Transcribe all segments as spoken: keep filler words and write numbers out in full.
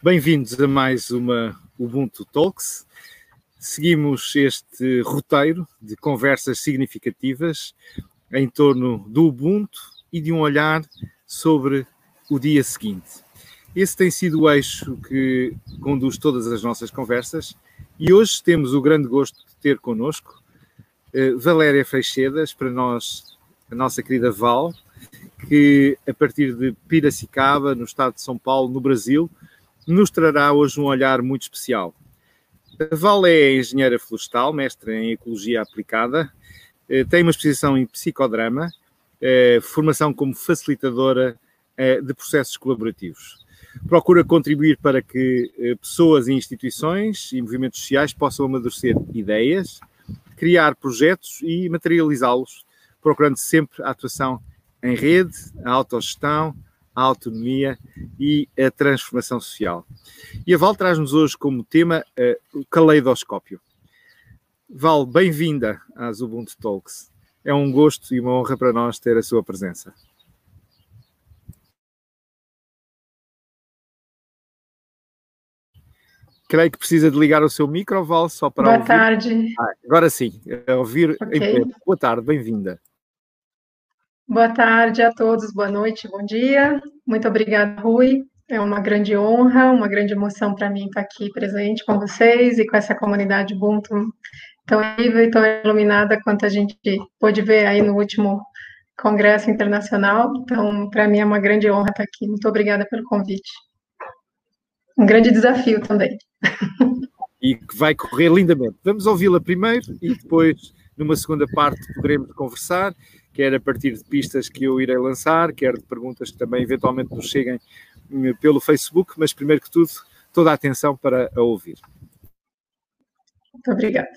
Bem-vindos a mais uma Ubuntu Talks. Seguimos este roteiro de conversas significativas em torno do Ubuntu e de um olhar sobre o dia seguinte. Esse tem sido o eixo que conduz todas as nossas conversas e hoje temos o grande gosto de ter connosco uh, Valéria Freixedas, para nós, a nossa querida Val, que a partir de Piracicaba, no estado de São Paulo, no Brasil, nos trará hoje um olhar muito especial. A Val é engenheira florestal, mestre em Ecologia Aplicada, tem uma especialização em Psicodrama, formação como facilitadora de processos colaborativos. Procura contribuir para que pessoas e instituições e movimentos sociais possam amadurecer ideias, criar projetos e materializá-los, procurando sempre a atuação em rede, a autogestão, a autonomia e a transformação social. E a Val traz-nos hoje como tema uh, o caleidoscópio. Val, bem-vinda às Ubuntu Talks. É um gosto e uma honra para nós ter a sua presença. Creio que precisa de ligar o seu micro, Val, só para Boa ouvir. tarde. Ah, agora sim, a ouvir Okay. em pleno. Boa tarde, bem-vinda. Boa tarde a todos, boa noite, bom dia. Muito obrigada, Rui. É uma grande honra, uma grande emoção para mim estar aqui presente com vocês e com essa comunidade Ubuntu tão incrível e tão iluminada quanto a gente pôde ver aí no último Congresso Internacional. Então, para mim é uma grande honra estar aqui. Muito obrigada pelo convite. Um grande desafio também. E que vai correr lindamente. Vamos ouvi-la primeiro e depois, numa segunda parte, poderemos conversar, quer a partir de pistas que eu irei lançar, quer de perguntas que também eventualmente nos cheguem pelo Facebook, mas primeiro que tudo, toda a atenção para a ouvir. Muito obrigada.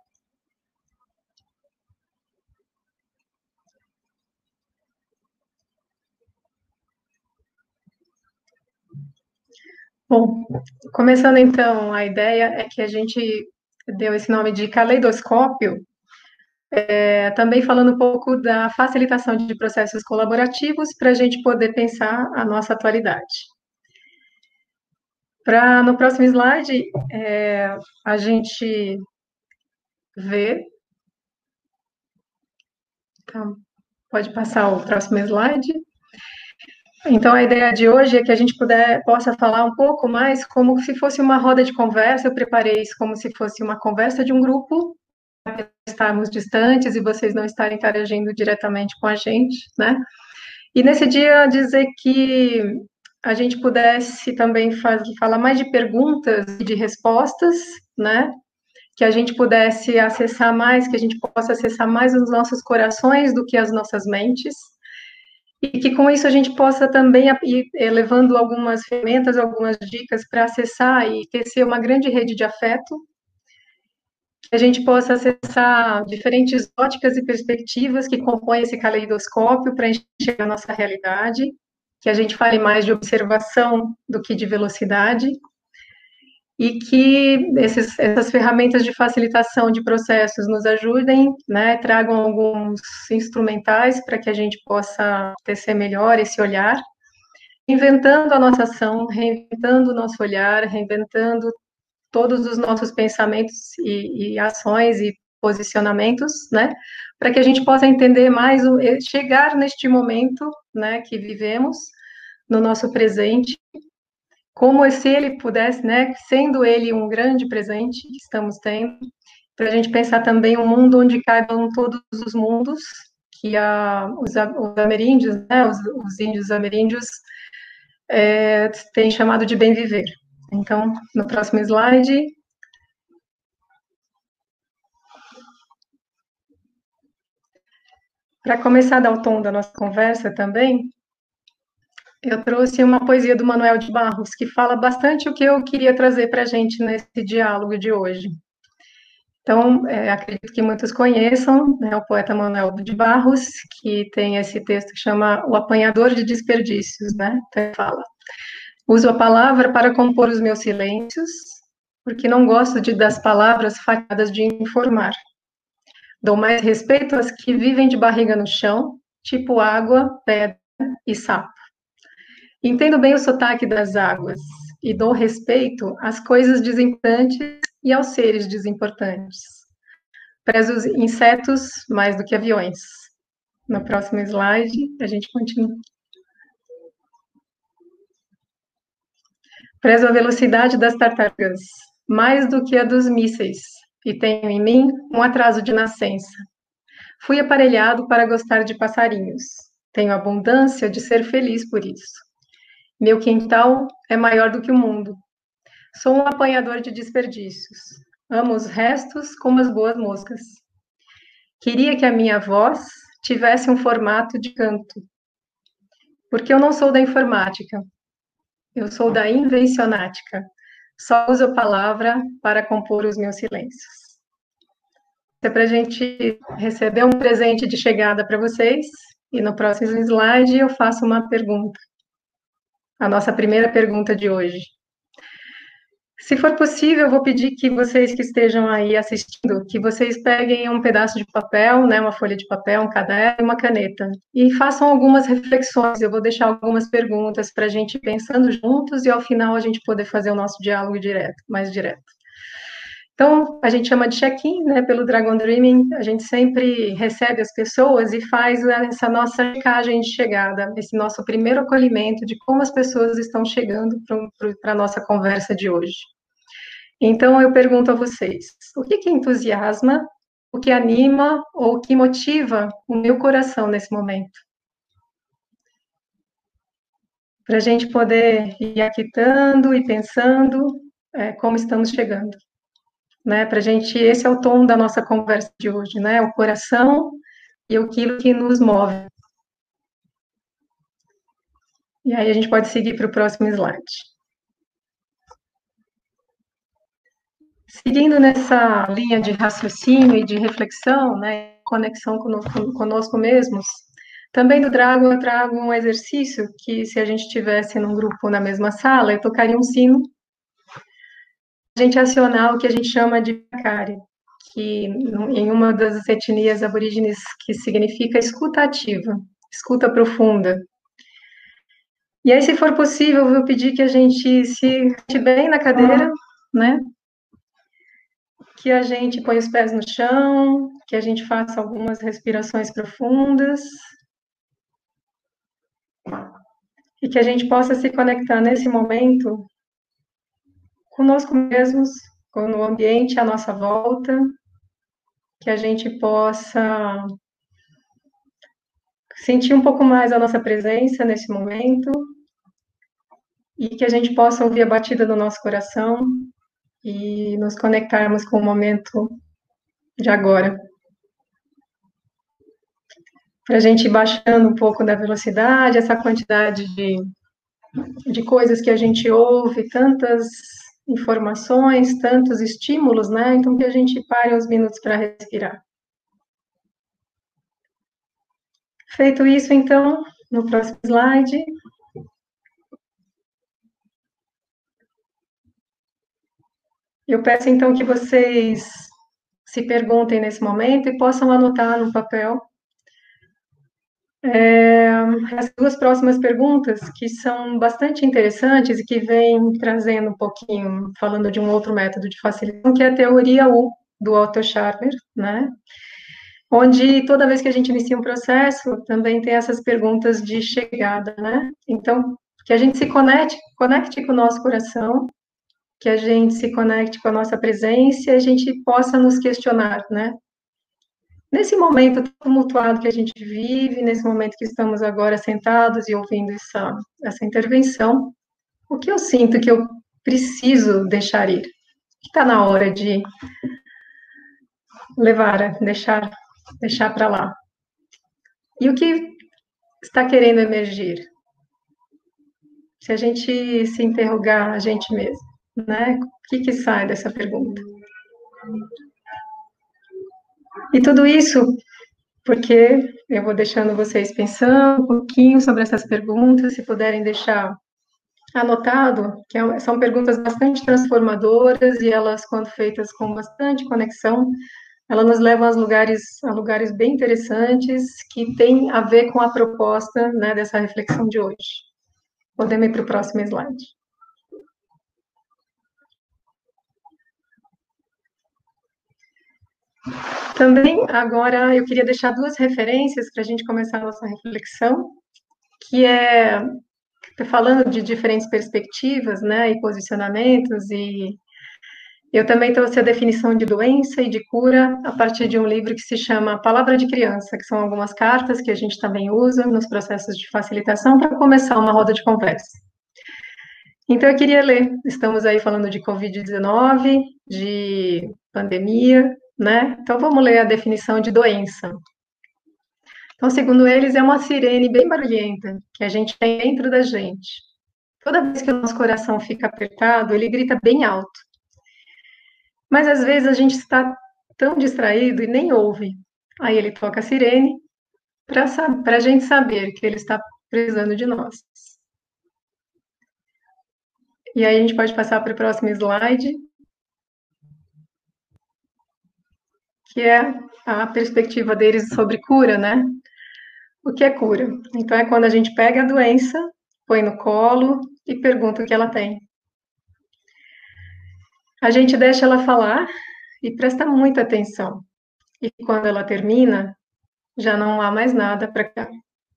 Bom, começando então, a ideia é que a gente deu esse nome de caleidoscópio, é, também falando um pouco da facilitação de processos colaborativos para a gente poder pensar a nossa atualidade. Para no próximo slide, é, a gente vê. Então, pode passar o próximo slide. Então, a ideia de hoje é que a gente puder, possa falar um pouco mais como se fosse uma roda de conversa. Eu preparei isso como se fosse uma conversa de um grupo, para estarmos distantes e vocês não estarem interagindo diretamente com a gente, né? E nesse dia dizer que a gente pudesse também faz, falar mais de perguntas e de respostas, né? Que a gente pudesse acessar mais, que a gente possa acessar mais os nossos corações do que as nossas mentes. E que com isso a gente possa também ir levando algumas ferramentas, algumas dicas para acessar e tecer uma grande rede de afeto, que a gente possa acessar diferentes óticas e perspectivas que compõem esse caleidoscópio para enxergar a nossa realidade, que a gente fale mais de observação do que de velocidade, e que esses, essas ferramentas de facilitação de processos nos ajudem, né, tragam alguns instrumentais para que a gente possa tecer melhor esse olhar, reinventando a nossa ação, reinventando o nosso olhar, reinventando todos os nossos pensamentos e, e ações e posicionamentos, né, para que a gente possa entender mais, chegar neste momento, né, que vivemos, no nosso presente, como se ele pudesse, né, sendo ele um grande presente que estamos tendo, para a gente pensar também um mundo onde caibam todos os mundos, que a, os, os ameríndios, né, os, os índios ameríndios, é, têm chamado de bem viver. Então, no próximo slide. Para começar a dar o tom da nossa conversa também, eu trouxe uma poesia do Manuel de Barros, que fala bastante o que eu queria trazer para a gente nesse diálogo de hoje. Então, é, acredito que muitos conheçam, né, o poeta Manuel de Barros, que tem esse texto que chama O Apanhador de Desperdícios, né? Então, ele fala: uso a palavra para compor os meus silêncios, porque não gosto de, das palavras fatiadas de informar. Dou mais respeito às que vivem de barriga no chão, tipo água, pedra e sapo. Entendo bem o sotaque das águas e dou respeito às coisas desimportantes e aos seres desimportantes. Prezo os insetos mais do que aviões. No próximo slide, a gente continua. Prezo a velocidade das tartarugas, mais do que a dos mísseis, e tenho em mim um atraso de nascença. Fui aparelhado para gostar de passarinhos. Tenho abundância de ser feliz por isso. Meu quintal é maior do que o mundo. Sou um apanhador de desperdícios. Amo os restos como as boas moscas. Queria que a minha voz tivesse um formato de canto. Porque eu não sou da informática. Eu sou da invencionática. Só uso a palavra para compor os meus silêncios. É para a gente receber um presente de chegada para vocês. E no próximo slide eu faço uma pergunta. A nossa primeira pergunta de hoje. Se for possível, eu vou pedir que vocês que estejam aí assistindo, que vocês peguem um pedaço de papel, né, uma folha de papel, um caderno e uma caneta, e façam algumas reflexões. Eu vou deixar algumas perguntas para a gente ir pensando juntos e ao final a gente poder fazer o nosso diálogo direto, mais direto. Então, a gente chama de check-in, né, pelo Dragon Dreaming, a gente sempre recebe as pessoas e faz essa nossa checagem de chegada, esse nosso primeiro acolhimento de como as pessoas estão chegando para a nossa conversa de hoje. Então, eu pergunto a vocês, o que que entusiasma, o que anima ou o que motiva o meu coração nesse momento? Para a gente poder ir aquitando e pensando é, como estamos chegando. Né, para a gente, esse é o tom da nossa conversa de hoje, né, o coração e aquilo que nos move. E aí a gente pode seguir para o próximo slide. Seguindo nessa linha de raciocínio e de reflexão, né, conexão conosco, conosco mesmos, também do Dragon eu trago um exercício que, se a gente estivesse num grupo na mesma sala, eu tocaria um sino, a gente acionar o que a gente chama de Pakari, que em uma das etnias aborígenes que significa escuta ativa, escuta profunda. E aí, se for possível, eu vou pedir que a gente se sente bem na cadeira, né? Que a gente põe os pés no chão, que a gente faça algumas respirações profundas e que a gente possa se conectar nesse momento conosco mesmos, com o ambiente à nossa volta, que a gente possa sentir um pouco mais a nossa presença nesse momento e que a gente possa ouvir a batida do nosso coração e nos conectarmos com o momento de agora. Para a gente ir baixando um pouco da velocidade, essa quantidade de, de coisas que a gente ouve, tantas informações, tantos estímulos, né? Então, que a gente pare uns minutos para respirar. Feito isso, então, no próximo slide. Eu peço, então, que vocês se perguntem nesse momento e possam anotar no papel é, as duas próximas perguntas, que são bastante interessantes e que vêm trazendo um pouquinho, falando de um outro método de facilitação, que é a teoria U, do Otto Scharmer, né? Onde toda vez que a gente inicia um processo, também tem essas perguntas de chegada, né? Então, que a gente se conecte, conecte com o nosso coração, que a gente se conecte com a nossa presença e a gente possa nos questionar, né? Nesse momento tumultuado que a gente vive, nesse momento que estamos agora sentados e ouvindo essa, essa intervenção, o que eu sinto que eu preciso deixar ir? Que está na hora de levar, deixar, deixar para lá. E o que está querendo emergir? Se a gente se interrogar a gente mesmo, né? O que, que sai dessa pergunta? E tudo isso porque eu vou deixando vocês pensando um pouquinho sobre essas perguntas, se puderem deixar anotado, que são perguntas bastante transformadoras e elas, quando feitas com bastante conexão, elas nos levam a lugares, a lugares bem interessantes que têm a ver com a proposta, né, dessa reflexão de hoje. Podemos ir para o próximo slide. Também, agora, eu queria deixar duas referências para a gente começar a nossa reflexão, que é falando de diferentes perspectivas, né, e posicionamentos, e eu também trouxe a definição de doença e de cura a partir de um livro que se chama Palavra de Criança, que são algumas cartas que a gente também usa nos processos de facilitação para começar uma roda de conversa. Então, eu queria ler. Estamos aí falando de covid dezenove, de pandemia, né? Então, vamos ler a definição de doença. Então, segundo eles, é uma sirene bem barulhenta que a gente tem dentro da gente. Toda vez que o nosso coração fica apertado, ele grita bem alto. Mas às vezes a gente está tão distraído e nem ouve. Aí ele toca a sirene para a gente saber que ele está precisando de nós. E aí a gente pode passar para o próximo slide, que é a perspectiva deles sobre cura, né? O que é cura? Então é quando a gente pega a doença, põe no colo e pergunta o que ela tem. A gente deixa ela falar e presta muita atenção. E quando ela termina, já não há mais nada para cá.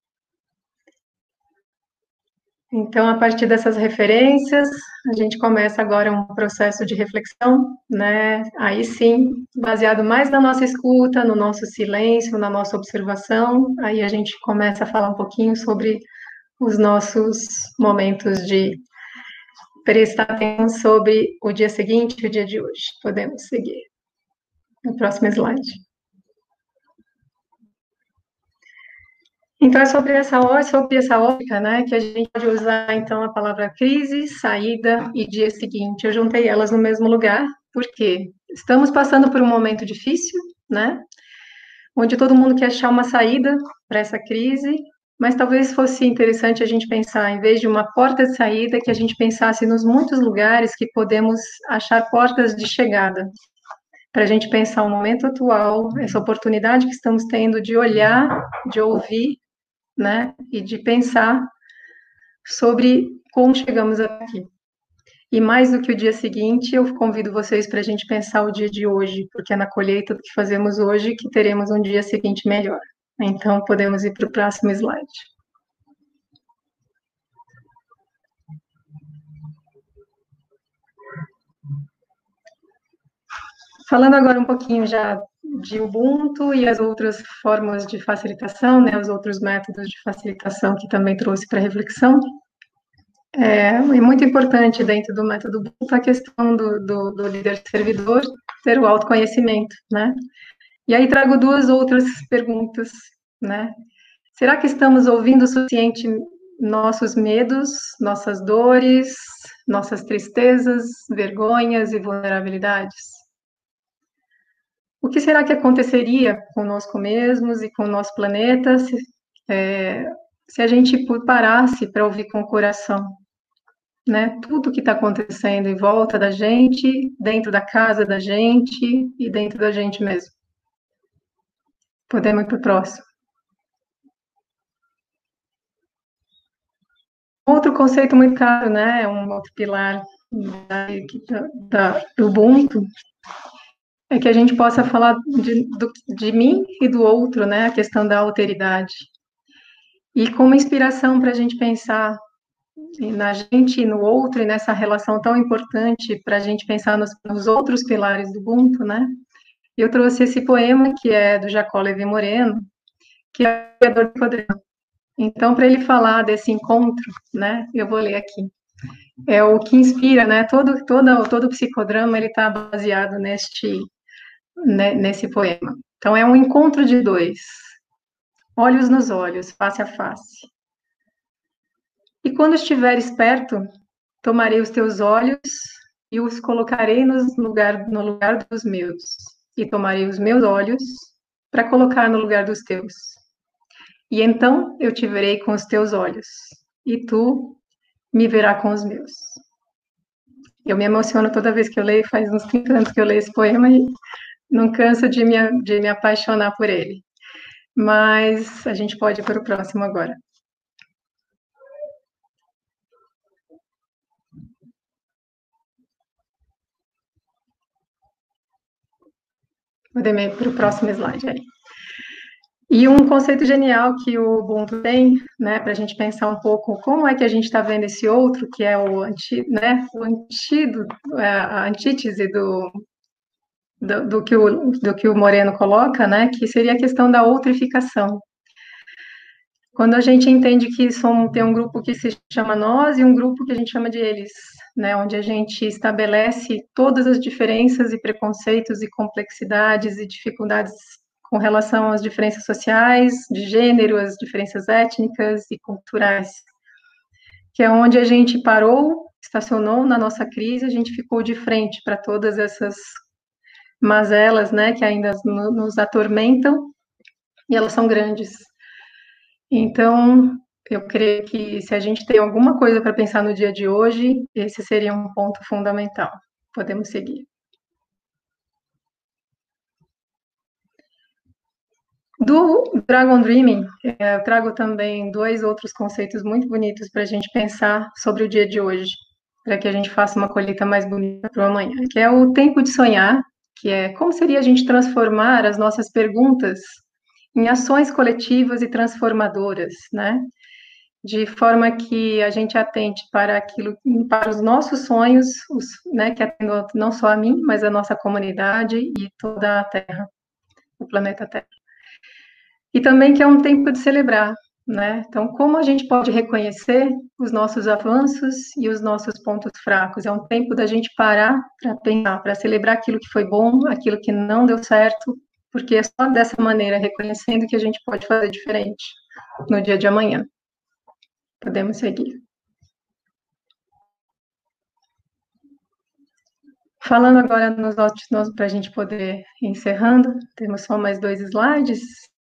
Então, a partir dessas referências, a gente começa agora um processo de reflexão, né? Aí sim, baseado mais na nossa escuta, no nosso silêncio, na nossa observação, aí a gente começa a falar um pouquinho sobre os nossos momentos de prestar atenção sobre o dia seguinte e o dia de hoje. Podemos seguir. No próximo slide. Então, é sobre essa, sobre essa ótica, né, que a gente pode usar, então, a palavra crise, saída e dia seguinte. Eu juntei elas no mesmo lugar, porque estamos passando por um momento difícil, né, onde todo mundo quer achar uma saída para essa crise, mas talvez fosse interessante a gente pensar, em vez de uma porta de saída, que a gente pensasse nos muitos lugares que podemos achar portas de chegada, para a gente pensar o momento atual, essa oportunidade que estamos tendo de olhar, de ouvir, né, e de pensar sobre como chegamos aqui. E mais do que o dia seguinte, eu convido vocês para a gente pensar o dia de hoje, porque é na colheita do que fazemos hoje que teremos um dia seguinte melhor. Então, podemos ir para o próximo slide. Falando agora um pouquinho já de Ubuntu e as outras formas de facilitação, né, os outros métodos de facilitação que também trouxe para reflexão. É, é muito importante dentro do método Ubuntu a questão do, do, do líder servidor ter o autoconhecimento, né? E aí trago duas outras perguntas, né? Será que estamos ouvindo o suficiente nossos medos, nossas dores, nossas tristezas, vergonhas e vulnerabilidades? O que será que aconteceria conosco mesmos e com o nosso planeta se, é, se a gente parasse para ouvir com o coração, né? Tudo que está acontecendo em volta da gente, dentro da casa da gente e dentro da gente mesmo. Podemos ir para o próximo. Outro conceito muito caro, né? Um outro pilar da, da, do Ubuntu é que a gente possa falar de, do, de mim e do outro, né? A questão da alteridade. E como inspiração para a gente pensar na gente e no outro, e nessa relação tão importante para a gente pensar nos, nos outros pilares do Ubuntu, né? Eu trouxe esse poema, que é do Jacó Levi Moreno, que é o criador do Codrão. Então, para ele falar desse encontro, né? Eu vou ler aqui. É o que inspira, né? Todo, todo, todo o psicodrama, ele está baseado neste, né, nesse poema. Então, é um encontro de dois. Olhos nos olhos, face a face. E quando estiveres perto, tomarei os teus olhos e os colocarei no lugar, no lugar dos meus. E tomarei os meus olhos para colocar no lugar dos teus. E então eu te verei com os teus olhos, e tu me verá com os meus. Eu me emociono toda vez que eu leio, faz uns trinta anos que eu leio esse poema e não canso de me, de me apaixonar por ele. Mas a gente pode ir para o próximo agora. Podemos ir para o próximo slide aí. E um conceito genial que o Ubuntu tem, né, para a gente pensar um pouco como é que a gente está vendo esse outro, que é o, anti, né, o antídoto, a antítese do, do, do, que o, do que o Moreno coloca, né, que seria a questão da outrificação. Quando a gente entende que somos, tem um grupo que se chama nós e um grupo que a gente chama de eles, né, onde a gente estabelece todas as diferenças e preconceitos e complexidades e dificuldades com relação às diferenças sociais, de gênero, as diferenças étnicas e culturais, que é onde a gente parou, estacionou na nossa crise, a gente ficou de frente para todas essas mazelas, né, que ainda nos atormentam, e elas são grandes. Então, eu creio que se a gente tem alguma coisa para pensar no dia de hoje, esse seria um ponto fundamental. Podemos seguir. Do Dragon Dreaming, eu trago também dois outros conceitos muito bonitos para a gente pensar sobre o dia de hoje, para que a gente faça uma colheita mais bonita para o amanhã, que é o tempo de sonhar, que é como seria a gente transformar as nossas perguntas em ações coletivas e transformadoras, né? De forma que a gente atente para aquilo, para os nossos sonhos, os, né, que atendam não só a mim, mas a nossa comunidade e toda a Terra, o planeta Terra. E também que é um tempo de celebrar, né? Então, como a gente pode reconhecer os nossos avanços e os nossos pontos fracos? É um tempo da gente parar para pensar, para celebrar aquilo que foi bom, aquilo que não deu certo, porque é só dessa maneira, reconhecendo, que a gente pode fazer diferente no dia de amanhã. Podemos seguir. Falando agora nos nossos, para a gente poder ir encerrando, temos só mais dois slides,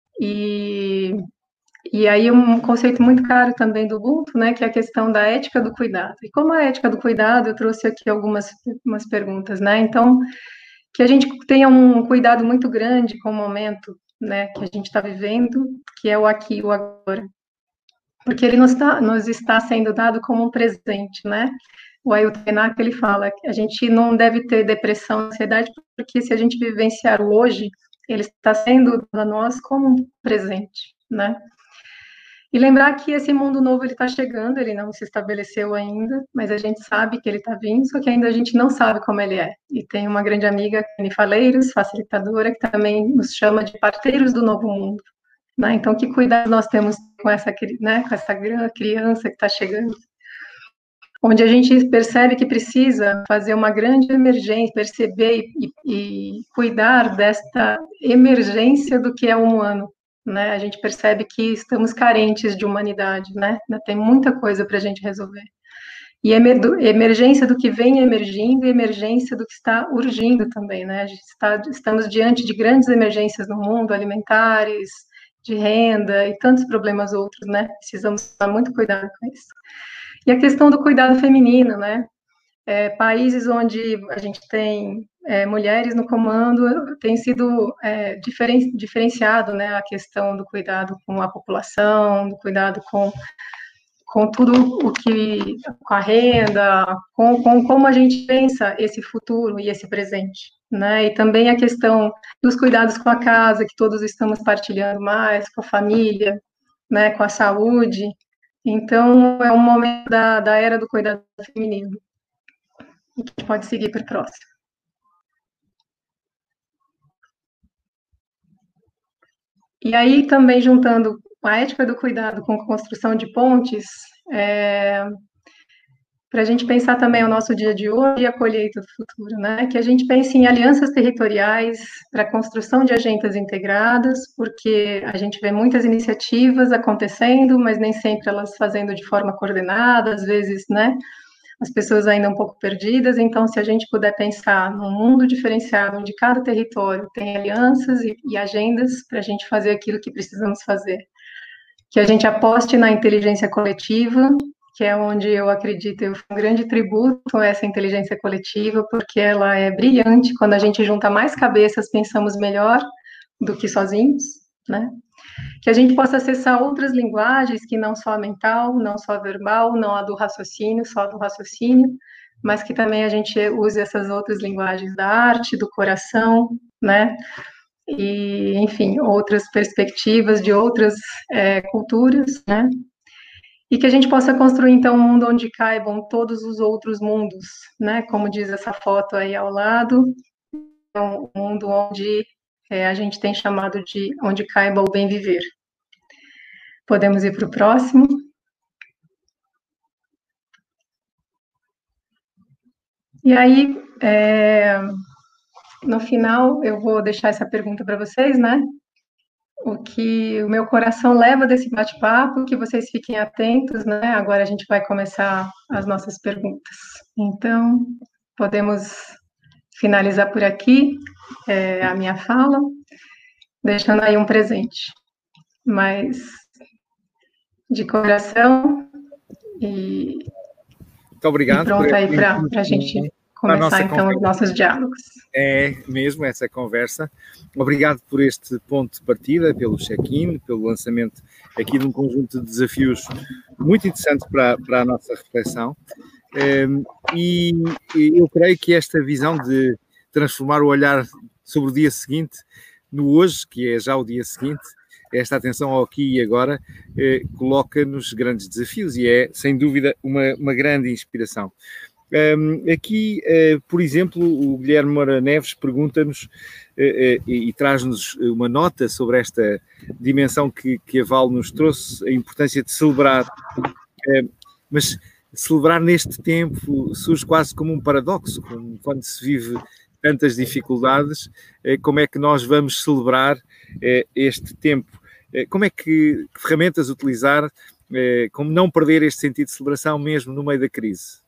e, e aí um conceito muito caro também do Ubuntu, né, que é a questão da ética do cuidado. E como a ética do cuidado, eu trouxe aqui algumas umas perguntas, né, então, que a gente tenha um cuidado muito grande com o momento, né, que a gente está vivendo, que é o aqui e o agora, porque ele nos, tá, nos está sendo dado como um presente, né, o Ailton Krenak, ele fala que a gente não deve ter depressão, ansiedade, porque se a gente vivenciar o hoje, ele está sendo a nós como um presente, né? E lembrar que esse mundo novo, ele está chegando, ele não se estabeleceu ainda, mas a gente sabe que ele está vindo, só que ainda a gente não sabe como ele é. E tem uma grande amiga, Kenny Faleiros, facilitadora, que também nos chama de parteiros do novo mundo, né? Então, que cuidado nós temos com essa, né, com essa criança que está chegando, onde a gente percebe que precisa fazer uma grande emergência, perceber e, e cuidar desta emergência do que é humano, né? A gente percebe que estamos carentes de humanidade, né? Tem muita coisa para a gente resolver. E emergência do que vem emergindo e emergência do que está urgindo também, né? A gente está, estamos diante de grandes emergências no mundo, alimentares, de renda e tantos problemas outros, né? Precisamos tomar muito cuidado com isso. E a questão do cuidado feminino, né? É, países onde a gente tem é, mulheres no comando, tem sido é, diferen, diferenciado, né? A questão do cuidado com a população, do cuidado com, com tudo o que, com a renda, com, com como a gente pensa esse futuro e esse presente, né? E também a questão dos cuidados com a casa, que todos estamos partilhando mais, com a família, né? Com a saúde. Então, é um momento da, da era do cuidado feminino. A gente pode seguir para o próximo. E aí, também juntando a ética do cuidado com a construção de pontes, é, para a gente pensar também o nosso dia de hoje e a colheita do futuro, né? Que a gente pense em alianças territoriais para a construção de agendas integradas, porque a gente vê muitas iniciativas acontecendo, mas nem sempre elas fazendo de forma coordenada, às vezes, né? As pessoas ainda um pouco perdidas, então se a gente puder pensar num mundo diferenciado, onde cada território tem alianças e, e agendas para a gente fazer aquilo que precisamos fazer, que a gente aposte na inteligência coletiva, que é onde eu acredito, eu um grande tributo a essa inteligência coletiva, porque ela é brilhante, quando a gente junta mais cabeças, pensamos melhor do que sozinhos, né? Que a gente possa acessar outras linguagens, que não só a mental, não só a verbal, não a do raciocínio, só a do raciocínio, mas que também a gente use essas outras linguagens da arte, do coração, né? e, enfim, outras perspectivas de outras é, culturas, né? E que a gente possa construir, então, um mundo onde caibam todos os outros mundos, né? Como diz essa foto aí ao lado, um mundo onde é, a gente tem chamado de onde caiba o bem viver. Podemos ir para o próximo. E aí, é, no final, eu vou deixar essa pergunta para vocês, né? O que o meu coração leva desse bate-papo, que vocês fiquem atentos, né? Agora a gente vai começar as nossas perguntas. Então, podemos finalizar por aqui é, a minha fala, deixando aí um presente. Mas, de coração, e, Muito obrigado. e pronto aí para a gente começar, então, conversa. Os nossos diálogos. É mesmo essa conversa. Obrigado por este ponto de partida, pelo check-in, pelo lançamento aqui de um conjunto de desafios muito interessantes para, para a nossa reflexão. Um, e eu creio que esta visão de transformar o olhar sobre o dia seguinte no hoje, que é já o dia seguinte, esta atenção ao aqui e agora, eh, coloca-nos grandes desafios e é, sem dúvida, uma, uma grande inspiração. Um, aqui, uh, por exemplo, o Guilherme Moura Neves pergunta-nos uh, uh, e, e traz-nos uma nota sobre esta dimensão que, que a Val nos trouxe, a importância de celebrar, uh, mas celebrar neste tempo surge quase como um paradoxo, como quando se vive tantas dificuldades, uh, como é que nós vamos celebrar uh, este tempo? Uh, como é que, que ferramentas utilizar, uh, como não perder este sentido de celebração mesmo no meio da crise?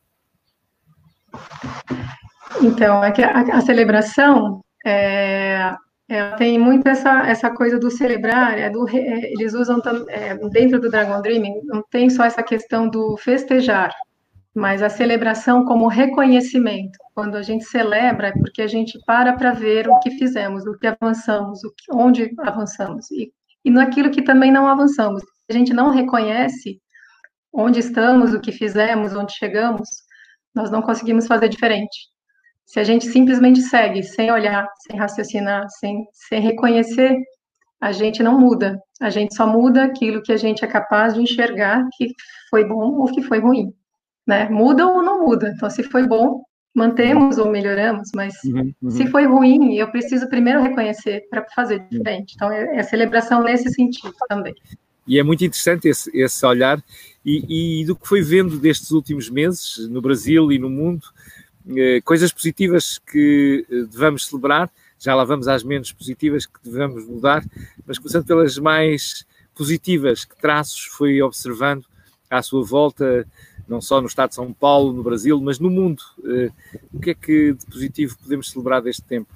Então, é que a, a celebração é, ela tem muito essa, essa coisa do celebrar, é do, é, eles usam é, dentro do Dragon Dreaming, não tem só essa questão do festejar, mas a celebração como reconhecimento. Quando a gente celebra, é porque a gente para para ver o que fizemos, o que avançamos, o que, onde avançamos, e, e naquilo que também não avançamos. A gente não reconhece onde estamos, o que fizemos, onde chegamos, nós não conseguimos fazer diferente. Se a gente simplesmente segue, sem olhar, sem raciocinar, sem, sem reconhecer, a gente não muda. A gente só muda aquilo que a gente é capaz de enxergar que foi bom ou que foi ruim. Né? Muda ou não muda. Então, se foi bom, mantemos ou melhoramos, mas uhum, uhum. se foi ruim, eu preciso primeiro reconhecer para fazer diferente. Então, é, é celebração nesse sentido também. E é muito interessante esse, esse olhar e, e do que foi vendo destes últimos meses no Brasil e no mundo, eh, coisas positivas que devemos celebrar, já lá vamos às menos positivas que devemos mudar, mas começando pelas mais positivas, que traços foi observando à sua volta, não só no estado de São Paulo, no Brasil, mas no mundo. Eh, o que é que de positivo podemos celebrar deste tempo?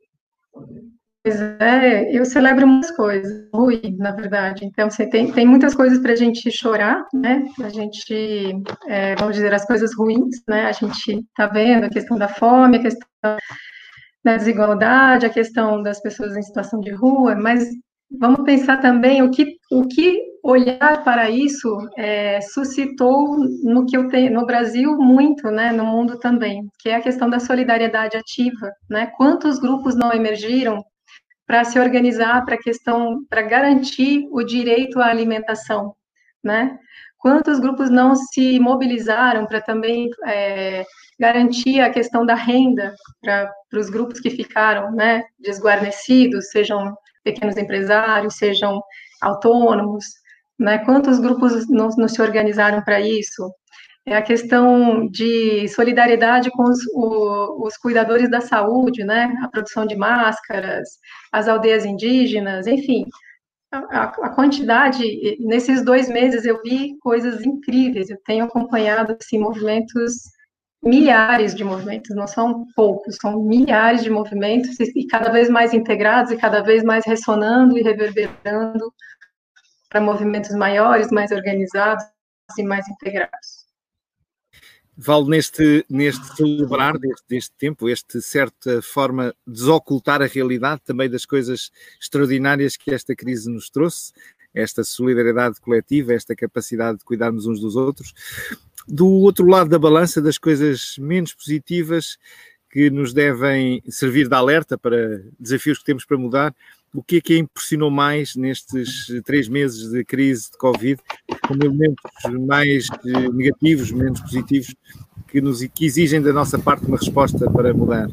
Pois é, eu celebro muitas coisas, ruim, na verdade. Então, assim, tem, tem muitas coisas para a gente chorar, né? A gente, é, vamos dizer, as coisas ruins, né? A gente está vendo a questão da fome, a questão da desigualdade, a questão das pessoas em situação de rua, mas vamos pensar também o que, o que olhar para isso é, suscitou no que eu tenho no Brasil muito, né? No mundo também, que é a questão da solidariedade ativa, né? Quantos grupos não emergiram para se organizar para a questão, para garantir o direito à alimentação, né? Quantos grupos não se mobilizaram para também é, garantir a questão da renda para os grupos que ficaram, né, desguarnecidos, sejam pequenos empresários, sejam autônomos, né? Quantos grupos não, não se organizaram para isso? É a questão de solidariedade com os, o, os cuidadores da saúde, né? A produção de máscaras, as aldeias indígenas, enfim. A, a quantidade, nesses dois meses eu vi coisas incríveis, eu tenho acompanhado, assim, movimentos, milhares de movimentos, não são poucos, são milhares de movimentos, e cada vez mais integrados, e cada vez mais ressonando e reverberando para movimentos maiores, mais organizados e mais integrados. Val, neste, neste celebrar deste, deste tempo, este, de certa forma, desocultar a realidade também das coisas extraordinárias que esta crise nos trouxe, esta solidariedade coletiva, esta capacidade de cuidarmos uns dos outros. Do outro lado da balança, das coisas menos positivas, que nos devem servir de alerta para desafios que temos para mudar. O que é que a impressionou mais nestes três meses de crise de Covid, como elementos mais negativos, menos positivos, que, nos, que exigem da nossa parte uma resposta para mudar?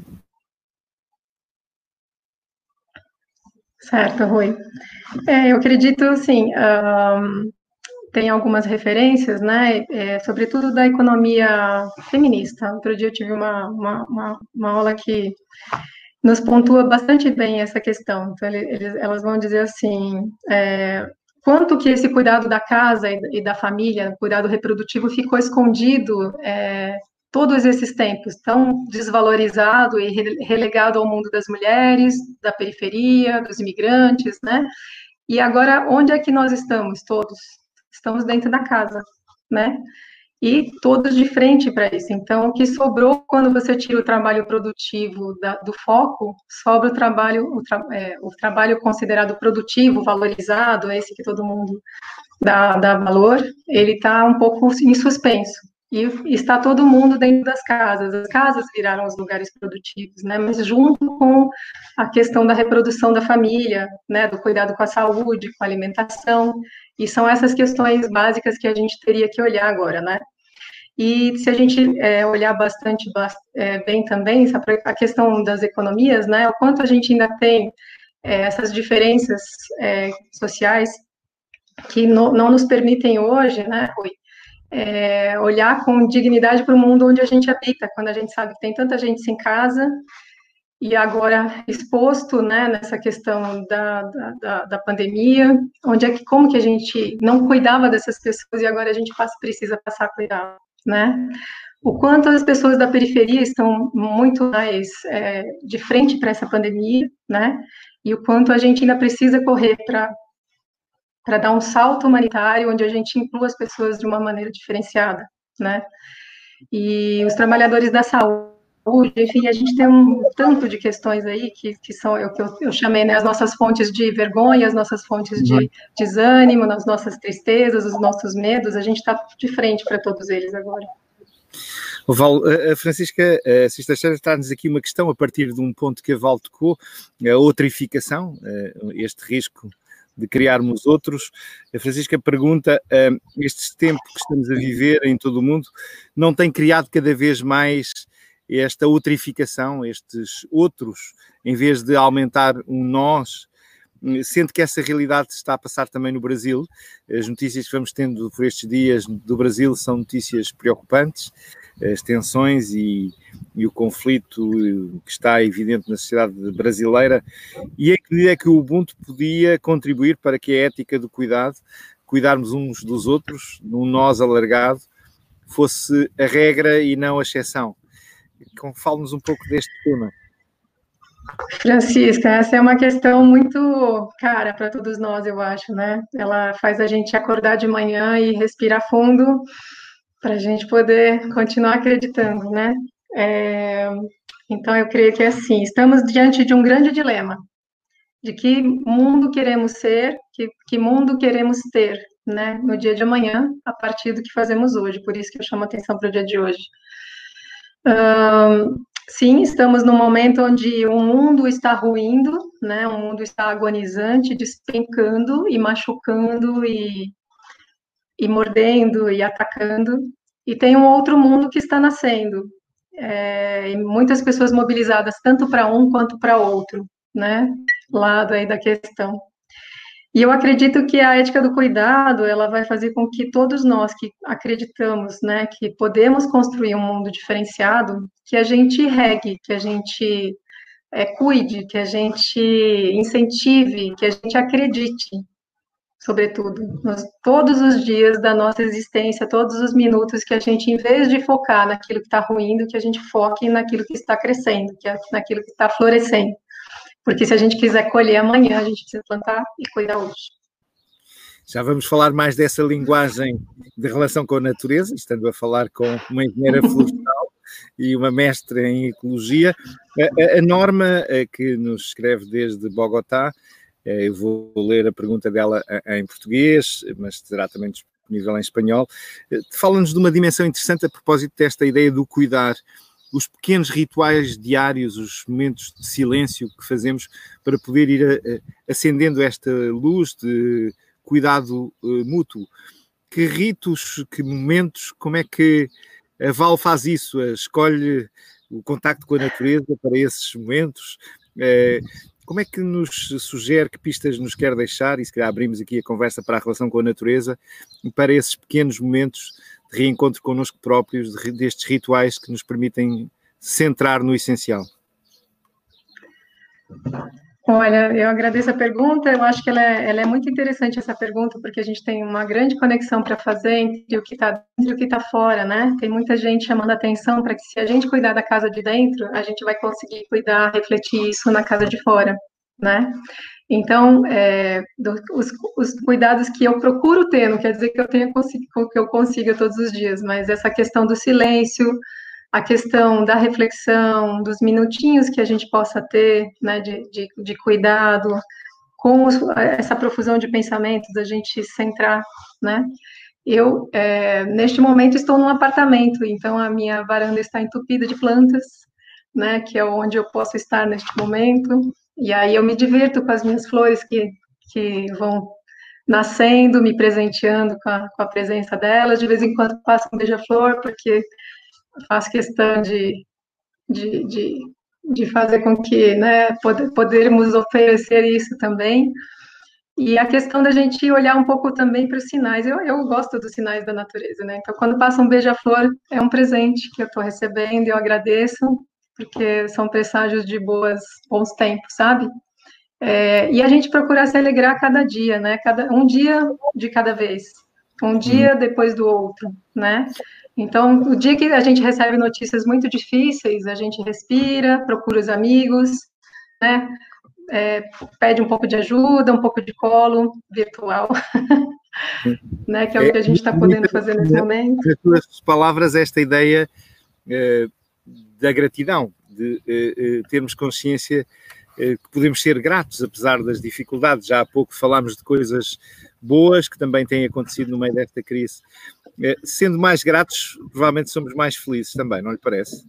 Certo, Rui. É, eu acredito, assim, um, tem algumas referências, né, é, sobretudo da economia feminista. Outro dia eu tive uma, uma, uma, uma aula que nos pontua bastante bem essa questão. Então, eles, elas vão dizer assim, é, quanto que esse cuidado da casa e, e da família, cuidado reprodutivo, ficou escondido é, todos esses tempos, tão desvalorizado e relegado ao mundo das mulheres, da periferia, dos imigrantes, né? E agora, onde é que nós estamos todos? Estamos dentro da casa, né? E todos de frente para isso. Então, o que sobrou quando você tira o trabalho produtivo da, do foco, sobra o trabalho, o, tra, é, o trabalho considerado produtivo, valorizado, esse que todo mundo dá, dá valor, ele está um pouco em suspenso. E está todo mundo dentro das casas. As casas viraram os lugares produtivos, né? Mas junto com a questão da reprodução da família, né? Do cuidado com a saúde, com a alimentação. E são essas questões básicas que a gente teria que olhar agora, né? E se a gente é, olhar bastante é, bem também a questão das economias, né? O quanto a gente ainda tem é, essas diferenças é, sociais que no, não nos permitem hoje, né, Rui, é, olhar com dignidade para o mundo onde a gente habita, quando a gente sabe que tem tanta gente sem casa e agora exposto, né, nessa questão da, da, da pandemia, onde é que, como que a gente não cuidava dessas pessoas e agora a gente passa, precisa passar a cuidar, né? O quanto as pessoas da periferia estão muito mais é, de frente para essa pandemia, né? E o quanto a gente ainda precisa correr para para dar um salto humanitário onde a gente inclua as pessoas de uma maneira diferenciada, né? E os trabalhadores da saúde, enfim, a gente tem um tanto de questões aí que, que são o que eu, eu chamei, né, as nossas fontes de vergonha, as nossas fontes de desânimo, as nossas tristezas, os nossos medos, a gente está de frente para todos eles agora. Val, a Francisca a Sexta-feira está-nos aqui uma questão a partir de um ponto que a Val tocou, a outrificação, este risco de criarmos outros. A Francisca pergunta, este tempo que estamos a viver em todo o mundo não tem criado cada vez mais esta outrificação, estes outros, em vez de aumentar um nós, sendo que essa realidade está a passar também no Brasil. As notícias que vamos tendo por estes dias do Brasil são notícias preocupantes, as tensões e, e o conflito que está evidente na sociedade brasileira, e em que medida é que o Ubuntu podia contribuir para que a ética do cuidado, cuidarmos uns dos outros, num nós alargado, fosse a regra e não a exceção. Fale-nos um pouco deste tema. Francisca, essa é uma questão muito cara para todos nós, eu acho, né? Ela faz a gente acordar de manhã e respirar fundo para a gente poder continuar acreditando, né? É, então, eu creio que é assim, estamos diante de um grande dilema, de que mundo queremos ser, que, que mundo queremos ter, né? No dia de amanhã, a partir do que fazemos hoje, por isso que eu chamo a atenção para o dia de hoje. Um, sim, estamos num momento onde o mundo está ruindo, né? O mundo está agonizante, despencando e machucando e, e mordendo e atacando, e tem um outro mundo que está nascendo, é, e muitas pessoas mobilizadas tanto para um quanto para outro, né? Lado aí da questão. E eu acredito que a ética do cuidado, ela vai fazer com que todos nós que acreditamos, né, que podemos construir um mundo diferenciado, que a gente regue, que a gente é, cuide, que a gente incentive, que a gente acredite, sobretudo, nos, todos os dias da nossa existência, todos os minutos, que a gente, em vez de focar naquilo que está ruindo, que a gente foque naquilo que está crescendo, que é naquilo que está florescendo. Porque se a gente quiser colher amanhã, a gente precisa plantar e cuidar hoje. Já vamos falar mais dessa linguagem de relação com a natureza, estando a falar com uma engenheira florestal e uma mestra em ecologia. A, a, a Norma, a, que nos escreve desde Bogotá, eu vou ler a pergunta dela em português, mas será também disponível em espanhol. Fala-nos de uma dimensão interessante a propósito desta ideia do cuidar. os pequenos rituais diários, os momentos de silêncio que fazemos para poder ir a, a, acendendo esta luz de cuidado uh, mútuo. Que ritos, que momentos, como é que a Val faz isso? Escolhe o contacto com a natureza para esses momentos? Uh, como é que nos sugere, que pistas nos quer deixar? E se calhar abrimos aqui a conversa para a relação com a natureza, para esses pequenos momentos de reencontro connosco próprios, de, destes rituais que nos permitem centrar no essencial. Olha, eu agradeço a pergunta, eu acho que ela é, ela é muito interessante, essa pergunta, porque a gente tem uma grande conexão para fazer entre o que está dentro e o que está fora, né? Tem muita gente chamando atenção para que, se a gente cuidar da casa de dentro, a gente vai conseguir cuidar, refletir isso na casa de fora, né? Então, é, do, os, os cuidados que eu procuro ter, não quer dizer que eu tenha consigo, que eu consiga todos os dias, mas essa questão do silêncio, a questão da reflexão, dos minutinhos que a gente possa ter, né, de, de, de cuidado, com os, essa profusão de pensamentos, a gente centrar, né? Eu, é, neste momento, estou num apartamento, então a minha varanda está entupida de plantas, né, que é onde eu posso estar neste momento, e aí eu me divirto com as minhas flores que, que vão nascendo, me presenteando com a, com a presença delas, de vez em quando passo um beija-flor, porque faço questão de, de, de, de fazer com que, né, poder, podermos oferecer isso também. E a questão da gente olhar um pouco também para os sinais. Eu, eu gosto dos sinais da natureza, né? Então, quando passa um beija-flor, é um presente que eu estou recebendo, eu agradeço, porque são presságios de boas, bons tempos, sabe? É, e a gente procura se alegrar cada dia, né? Cada, um dia de cada vez, um dia depois do outro, né? Então, o dia que a gente recebe notícias muito difíceis, a gente respira, procura os amigos, né? É, pede um pouco de ajuda, um pouco de colo virtual, né? Que é o que a gente está podendo fazer nesse momento. Nas tuas palavras, esta ideia uh, da gratidão, de uh, uh, termos consciência uh, que podemos ser gratos, apesar das dificuldades. Já há pouco falámos de coisas boas que também têm acontecido no meio desta crise. Uh, sendo mais gratos, provavelmente somos mais felizes também, não lhe parece?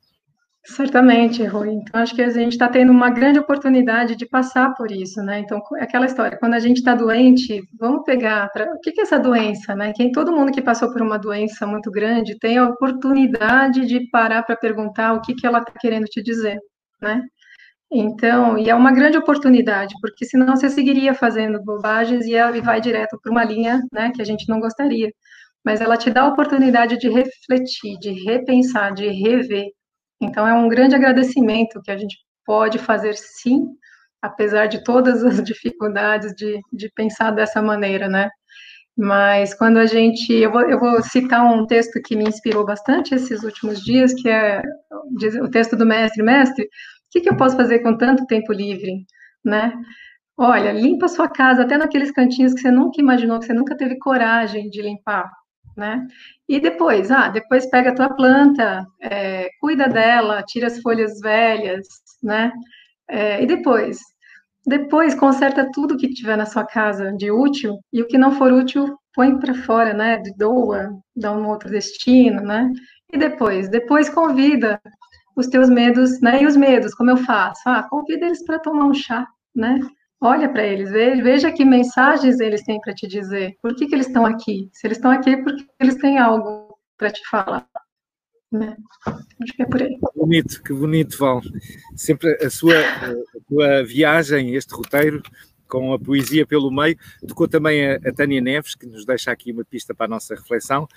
Certamente, Rui. Então, acho que a gente está tendo uma grande oportunidade de passar por isso, né? Então, é aquela história, quando a gente está doente, vamos pegar, pra... o que, que é essa doença, né? Quem, todo mundo que passou por uma doença muito grande tem a oportunidade de parar para perguntar o que, que ela está querendo te dizer, né? Então, e é uma grande oportunidade, porque senão você seguiria fazendo bobagens e ela vai direto para uma linha, né, que a gente não gostaria. Mas ela te dá a oportunidade de refletir, de repensar, de rever. Então, é um grande agradecimento que a gente pode fazer, sim, apesar de todas as dificuldades de, de pensar dessa maneira, né? Mas quando a gente... Eu vou, eu vou citar um texto que me inspirou bastante esses últimos dias, que é o texto do Mestre. Mestre, o que, que eu posso fazer com tanto tempo livre, né? Olha, limpa a sua casa, até naqueles cantinhos que você nunca imaginou, que você nunca teve coragem de limpar, né? E depois, ah, depois pega a tua planta, é, cuida dela, tira as folhas velhas, né? É, e depois, depois conserta tudo que tiver na sua casa de útil, e o que não for útil, põe para fora, né? Doa, dá um outro destino, né? E depois, depois convida os teus medos, né? E os medos, como eu faço? Ah, convida eles para tomar um chá, né? Olha para eles, veja que mensagens eles têm para te dizer. Por que, que eles estão aqui? Se eles estão aqui, é porque eles têm algo para te falar. Né? Acho que é por aí. Que bonito, que bonito, Val. Sempre a sua, a sua viagem, este roteiro, com a poesia pelo meio, tocou também a, a Tânia Neves, que nos deixa aqui uma pista para a nossa reflexão.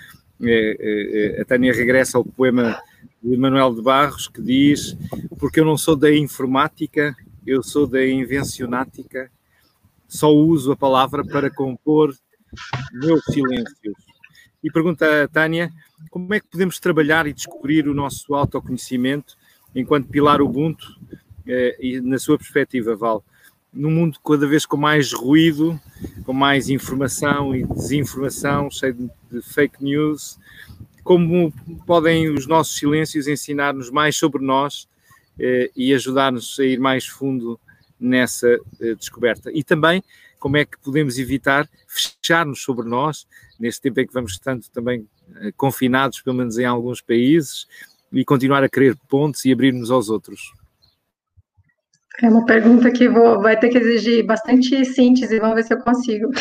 A Tânia regressa ao poema de Manuel de Barros, que diz: porque eu não sou da informática, eu sou da invencionática, só uso a palavra para compor meus silêncios. E pergunta a Tânia, como é que podemos trabalhar e descobrir o nosso autoconhecimento enquanto pilar Ubuntu, eh, e na sua perspectiva, Val, num mundo cada vez com mais ruído, com mais informação e desinformação, cheio de, de fake news, como podem os nossos silêncios ensinar-nos mais sobre nós eh, e ajudar-nos a ir mais fundo nessa eh, descoberta? E também, como é que podemos evitar fechar-nos sobre nós, neste tempo em que vamos estando também eh, confinados, pelo menos em alguns países, e continuar a querer pontes e abrir-nos aos outros? É uma pergunta que vou, vai ter que exigir bastante síntese, vamos ver se eu consigo.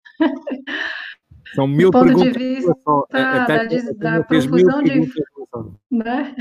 São Do mil ponto de perguntas. vista A, a, a da, Tânia, a da Tânia fez mil profusão de, perguntas. né?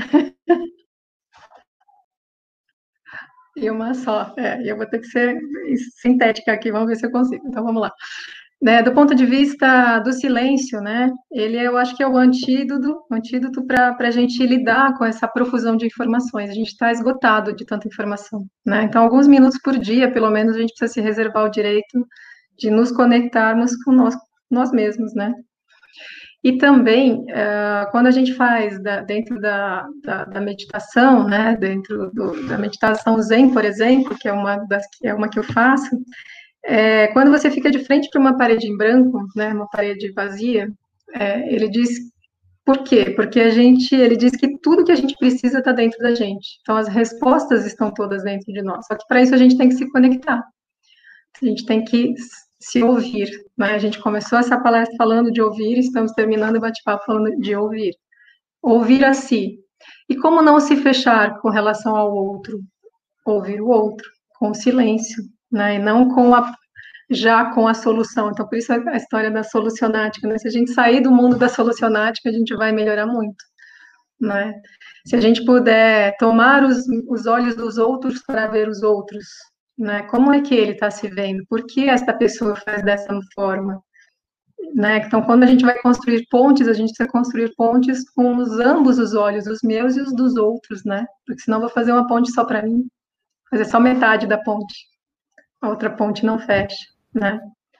E uma só. É, eu vou ter que ser sintética aqui, vamos ver se eu consigo. Então, vamos lá. Né, do ponto de vista do silêncio, né, ele eu acho que é o antídoto, antídoto para a gente lidar com essa profusão de informações. A gente está esgotado de tanta informação, né? Então, alguns minutos por dia, pelo menos, a gente precisa se reservar o direito de nos conectarmos com nós, nós mesmos, né? E também, uh, quando a gente faz da, dentro da, da, da meditação, né, dentro do, da meditação Zen, por exemplo, que é uma das que é uma que eu faço, é, quando você fica de frente para uma parede em branco, né, uma parede vazia, é, ele diz por quê? Porque a gente, ele diz que tudo que a gente precisa está dentro da gente. Então as respostas estão todas dentro de nós. Só que para isso a gente tem que se conectar. A gente tem que se ouvir, né? A gente começou essa palestra falando de ouvir, estamos terminando o bate-papo falando de ouvir. Ouvir a si. E como não se fechar com relação ao outro? Ouvir o outro, com silêncio, né? E não com a, já com a solução. Então, por isso a história da solucionática, né? Se a gente sair do mundo da solucionática, a gente vai melhorar muito, né? Se a gente puder tomar os, os olhos dos outros para ver os outros, né? Como é que ele está se vendo? Por que esta pessoa faz dessa forma? Né? Então, quando a gente vai construir pontes, a gente precisa construir pontes com os, ambos os olhos, os meus e os dos outros, né? Porque senão eu vou fazer uma ponte só para mim, fazer só metade da ponte, a outra ponte não fecha, né?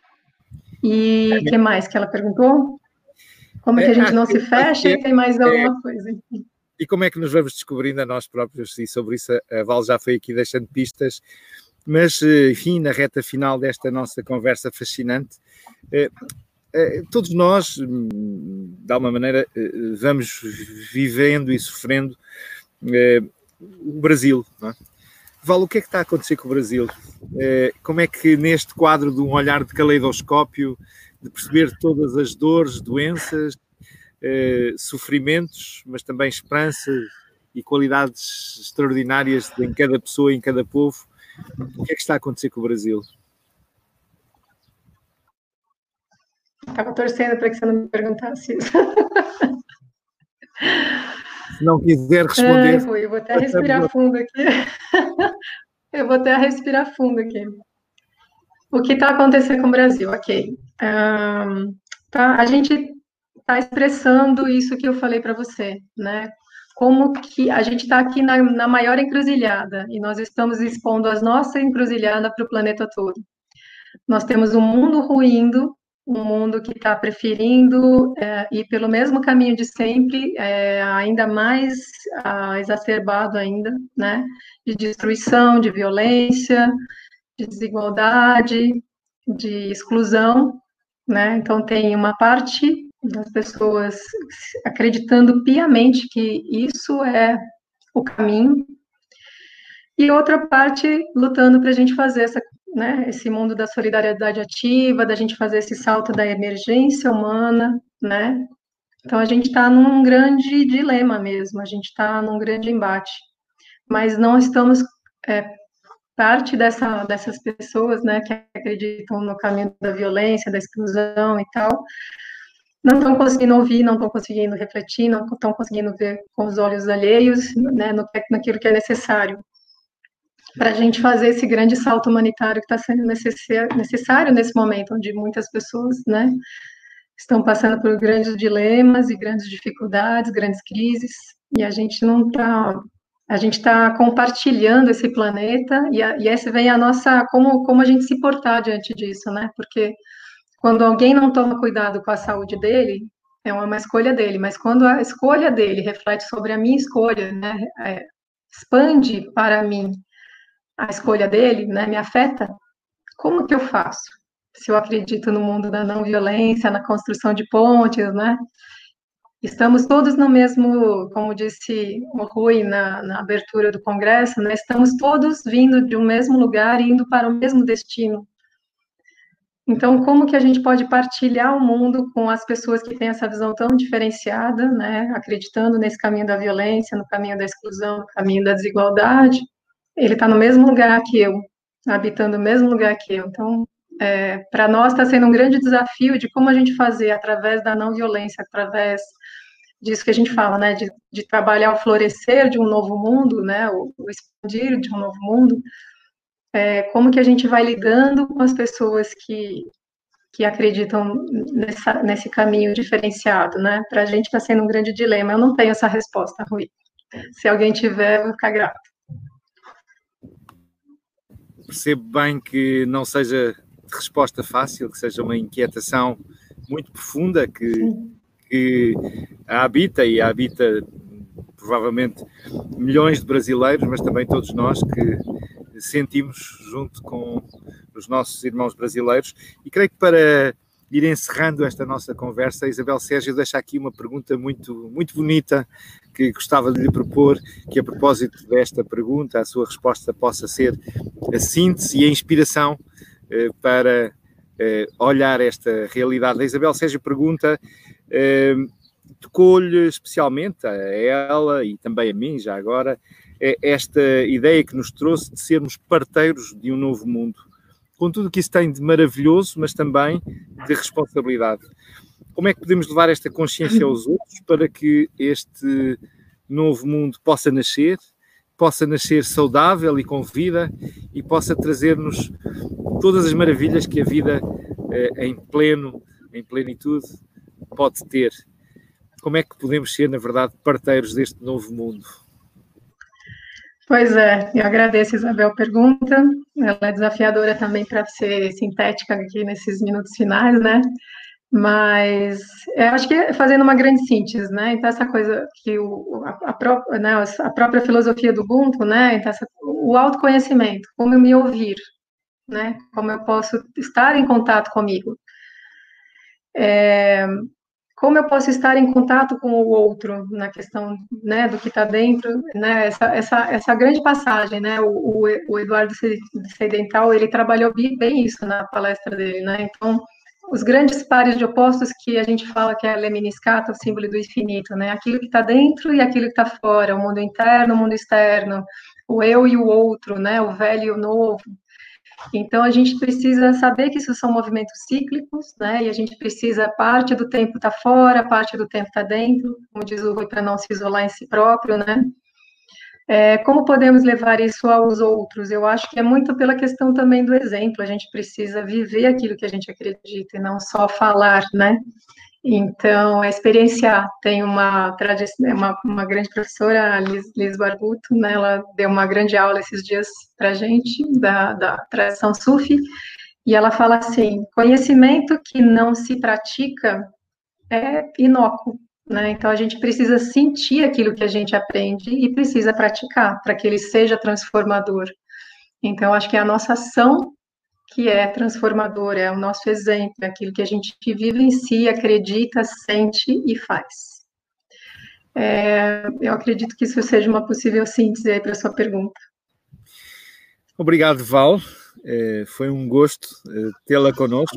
E o que mais que ela perguntou? Como é que a gente não se fecha e tem mais alguma coisa? E como é que nos vamos descobrindo a nós próprios? E sobre isso a Val já foi aqui deixando pistas, mas, enfim, na reta final desta nossa conversa fascinante, todos nós, de alguma maneira, vamos vivendo e sofrendo o Brasil, não é? Val, o que é que está a acontecer com o Brasil? Como é que neste quadro de um olhar de caleidoscópio, de perceber todas as dores, doenças, sofrimentos, mas também esperanças e qualidades extraordinárias em cada pessoa, em cada povo, o que é que está a acontecer com o Brasil? Estava torcendo para que você não me perguntasse isso. Se não quiser responder... É, vou, eu vou até respirar fundo aqui. Eu vou até respirar fundo aqui. O que está acontecendo com o Brasil? Ok. Um, tá, a gente está expressando isso que eu falei para você, né? Como que a gente está aqui na, na maior encruzilhada e nós estamos expondo a nossa encruzilhada para o planeta todo. Nós temos um mundo ruindo, um mundo que está preferindo é, ir pelo mesmo caminho de sempre, é, ainda mais ah, exacerbado ainda, né? De destruição, de violência, de desigualdade, de exclusão, né? Então tem uma parte das pessoas acreditando piamente que isso é o caminho, e outra parte lutando para a gente fazer essa, né, esse mundo da solidariedade ativa, da gente fazer esse salto da emergência humana, né? Então a gente está num grande dilema mesmo, a gente está num grande embate, mas não estamos é, parte dessa, dessas pessoas, né, que acreditam no caminho da violência, da exclusão e tal, não estão conseguindo ouvir, não estão conseguindo refletir, não estão conseguindo ver com os olhos alheios, né, no, naquilo que é necessário para a gente fazer esse grande salto humanitário que está sendo necessário, necessário nesse momento, onde muitas pessoas, né, estão passando por grandes dilemas e grandes dificuldades, grandes crises, e a gente não está, a gente está compartilhando esse planeta, e, a, e essa vem a nossa, como, como a gente se portar diante disso, né, porque quando alguém não toma cuidado com a saúde dele, é uma escolha dele, mas quando a escolha dele reflete sobre a minha escolha, né, é, expande para mim a escolha dele, né, me afeta, como que eu faço? Se eu acredito no mundo da não violência, na construção de pontes, né? Estamos todos no mesmo, como disse o Rui na, na abertura do Congresso, né? Estamos todos vindo de um mesmo lugar e indo para o mesmo destino. Então, como que a gente pode partilhar o mundo com as pessoas que têm essa visão tão diferenciada, né, acreditando nesse caminho da violência, no caminho da exclusão, no caminho da desigualdade? Ele está no mesmo lugar que eu, habitando o mesmo lugar que eu. Então, é, para nós está sendo um grande desafio de como a gente fazer através da não violência, através disso que a gente fala, né, de, de trabalhar o florescer de um novo mundo, né, o, o expandir de um novo mundo. É, como que a gente vai lidando com as pessoas que, que acreditam nessa, nesse caminho diferenciado, né? Para a gente está sendo um grande dilema. Eu não tenho essa resposta, Rui. Se alguém tiver, eu vou ficar grata. Percebo bem que não seja de resposta fácil, que seja uma inquietação muito profunda que, que a habita e a habita provavelmente milhões de brasileiros, mas também todos nós que sentimos junto com os nossos irmãos brasileiros. E creio que para ir encerrando esta nossa conversa, Isabel Sérgio deixa aqui uma pergunta muito, muito bonita que gostava de lhe propor, que a propósito desta pergunta, a sua resposta possa ser a síntese e a inspiração eh, para eh, olhar esta realidade. A Isabel Sérgio pergunta, eh, tocou-lhe especialmente a ela e também a mim, já agora, esta ideia que nos trouxe de sermos parteiros de um novo mundo, com tudo o que isso tem de maravilhoso, mas também de responsabilidade. Como é que podemos levar esta consciência aos outros para que este novo mundo possa nascer, possa nascer saudável e com vida e possa trazer-nos todas as maravilhas que a vida eh, em pleno, em plenitude, pode ter? Como é que podemos ser, na verdade, parteiros deste novo mundo? Pois é, eu agradeço, Isabel, a pergunta. Ela é desafiadora também para ser sintética aqui nesses minutos finais, né? Mas eu acho que é fazendo uma grande síntese, né? Então, essa coisa que o, a, a, própria, né, a própria filosofia do Ubuntu, né? Então, essa, o autoconhecimento, como eu me ouvir, né? Como eu posso estar em contato comigo. É, como eu posso estar em contato com o outro na questão, né, do que está dentro, né, essa, essa, essa grande passagem, né, o, o Eduardo Seidental, ele trabalhou bem isso na palestra dele, né, então, os grandes pares de opostos que a gente fala que é a lemniscata, o símbolo do infinito, né, aquilo que está dentro e aquilo que está fora, o mundo interno, o mundo externo, o eu e o outro, né, o velho e o novo. Então, a gente precisa saber que isso são movimentos cíclicos, né? E a gente precisa, parte do tempo está fora, parte do tempo está dentro, como diz o Rui, para não se isolar em si próprio, né? É, como podemos levar isso aos outros? Eu acho que é muito pela questão também do exemplo, a gente precisa viver aquilo que a gente acredita e não só falar, né? Então, é experienciar. Tem uma, tradição, uma, uma grande professora, a Liz, Liz Barbuto, né, ela deu uma grande aula esses dias para a gente, da, da tradição Sufi, e ela fala assim, conhecimento que não se pratica é inócuo, né? Então, a gente precisa sentir aquilo que a gente aprende e precisa praticar, para que ele seja transformador. Então, acho que é a nossa ação que é transformador, é o nosso exemplo, é aquilo que a gente vivencia, acredita, sente e faz. É, eu acredito que isso seja uma possível síntese aí para a sua pergunta. Obrigado, Val. É, foi um gosto tê-la connosco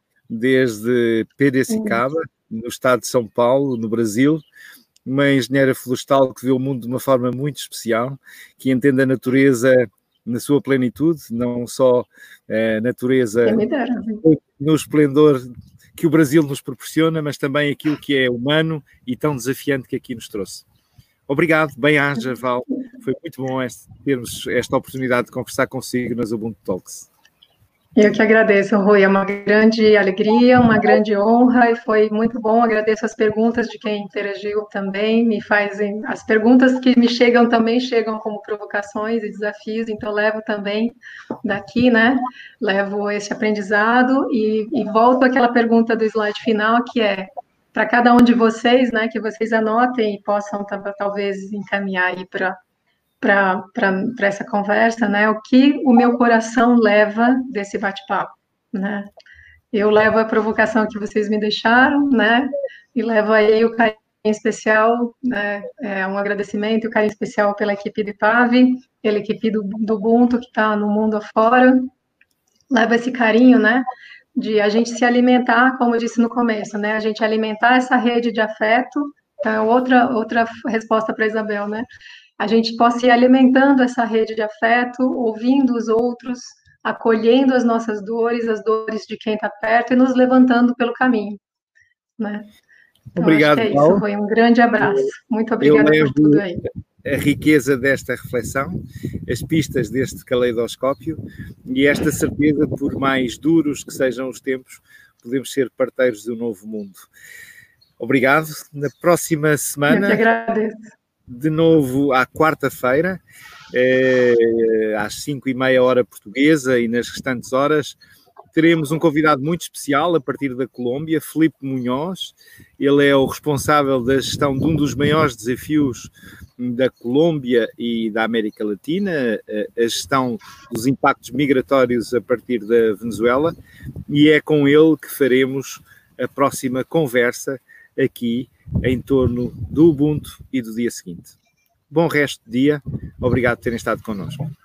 desde Piracicaba, no estado de São Paulo, no Brasil. Uma engenheira florestal que vê o mundo de uma forma muito especial, que entende a natureza na sua plenitude, não só a natureza no esplendor que o Brasil nos proporciona, mas também aquilo que é humano e tão desafiante que aqui nos trouxe. Obrigado, bem-aja, Val. Foi muito bom este, termos esta oportunidade de conversar consigo nas Ubuntu Talks. Eu que agradeço, Rui, é uma grande alegria, uma grande honra e foi muito bom. Agradeço as perguntas de quem interagiu também, me fazem, as perguntas que me chegam também chegam como provocações e desafios, então levo também daqui, né, levo esse aprendizado e, e volto àquela pergunta do slide final, que é, para cada um de vocês, né, que vocês anotem e possam talvez encaminhar aí para para essa conversa, né? O que o meu coração leva desse bate-papo, né? Eu levo a provocação que vocês me deixaram, né? E levo aí o carinho especial, né? É um agradecimento e um carinho especial pela equipe do I P A V, pela equipe do, do Ubuntu que está no mundo afora. Levo esse carinho, né? de a gente se alimentar, como eu disse no começo, né? A gente alimentar essa rede de afeto. Então, outra, outra resposta para a Isabel, né? A gente possa ir alimentando essa rede de afeto, ouvindo os outros, acolhendo as nossas dores, as dores de quem está perto e nos levantando pelo caminho, né? Então, acho que Obrigado, é isso. Paulo. Foi um grande abraço. Muito Eu obrigada por tudo levo aí. a riqueza desta reflexão, as pistas deste caleidoscópio e esta certeza, por mais duros que sejam os tempos, podemos ser parteiros do novo mundo. Obrigado. Na próxima semana, eu que agradeço. De novo à quarta-feira, eh, às cinco e meia hora portuguesa e nas restantes horas, teremos um convidado muito especial a partir da Colômbia, Filipe Munhoz. Ele é o responsável da gestão de um dos maiores desafios da Colômbia e da América Latina, a gestão dos impactos migratórios a partir da Venezuela, e é com ele que faremos a próxima conversa aqui em torno do Ubuntu e do dia seguinte. Bom resto de dia, obrigado por terem estado connosco.